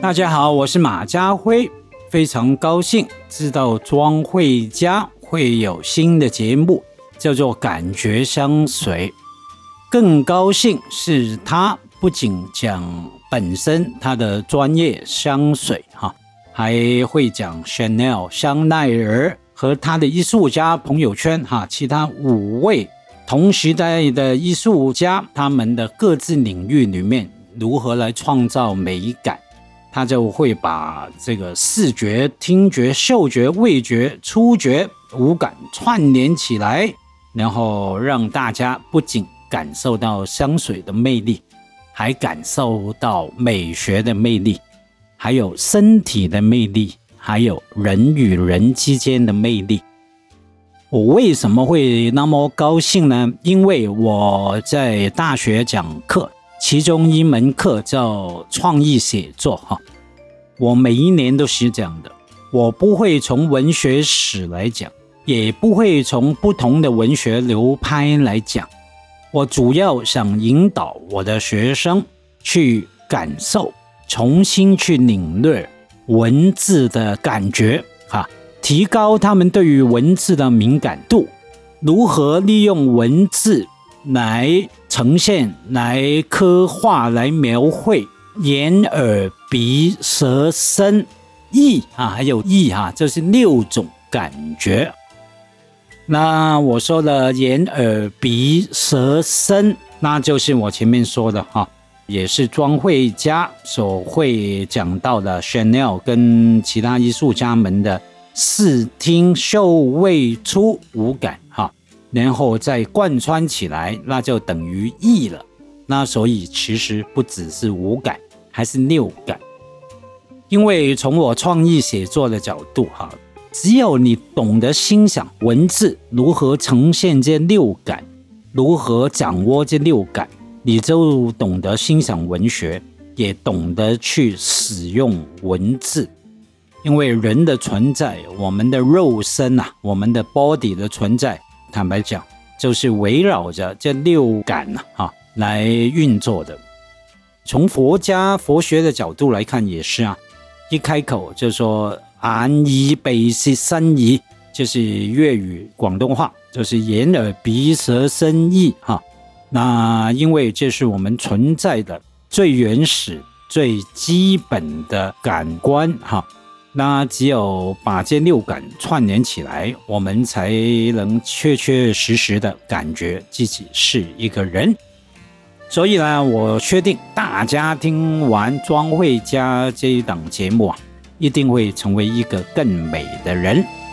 大家好，我是马家辉，非常高兴知道庄慧家会有新的节目，叫做感觉香水。更高兴是他不仅讲本身他的专业香水，还会讲 Chanel 香奈儿和他的艺术家朋友圈，其他5位同时代的艺术家，他们的各自领域里面如何来创造美感。他就会把这个视觉、听觉、嗅觉、味觉、触觉五感串联起来，然后让大家不仅感受到香水的魅力，还感受到美学的魅力，还有身体的魅力，还有人与人之间的魅力。我为什么会那么高兴呢？因为我在大学讲课，其中一门课叫创意写作，我每一年都是这样的。我不会从文学史来讲，也不会从不同的文学流派来讲，我主要想引导我的学生去感受，重新去领略文字的感觉，提高他们对于文字的敏感度，如何利用文字来呈现、来刻画、来描绘眼耳鼻舌身意，还有意，这是6种感觉。那我说的眼耳鼻舌身，那就是我前面说的，也是庄慧家所会讲到的 Chanel 跟其他艺术家们的视听嗅味触五感，然后再贯穿起来，那就等于意了。那所以其实不只是5感，还是6感。因为从我创意写作的角度，只有你懂得欣赏文字如何呈现这6感，如何掌握这6感，你就懂得欣赏文学，也懂得去使用文字。因为人的存在，我们的肉身，我们的 body 的存在，坦白讲就是围绕着这6感来运作的。从佛学的角度来看也是，一开口就说眼耳鼻舌身意，就是粤语广东话，就是眼耳鼻舌身意，那因为这是我们存在的最原始最基本的感官，那只有把这6感串联起来，我们才能确确实实的感觉自己是一个人。所以呢，我确定大家听完庄慧家这一档节目，一定会成为一个更美的人。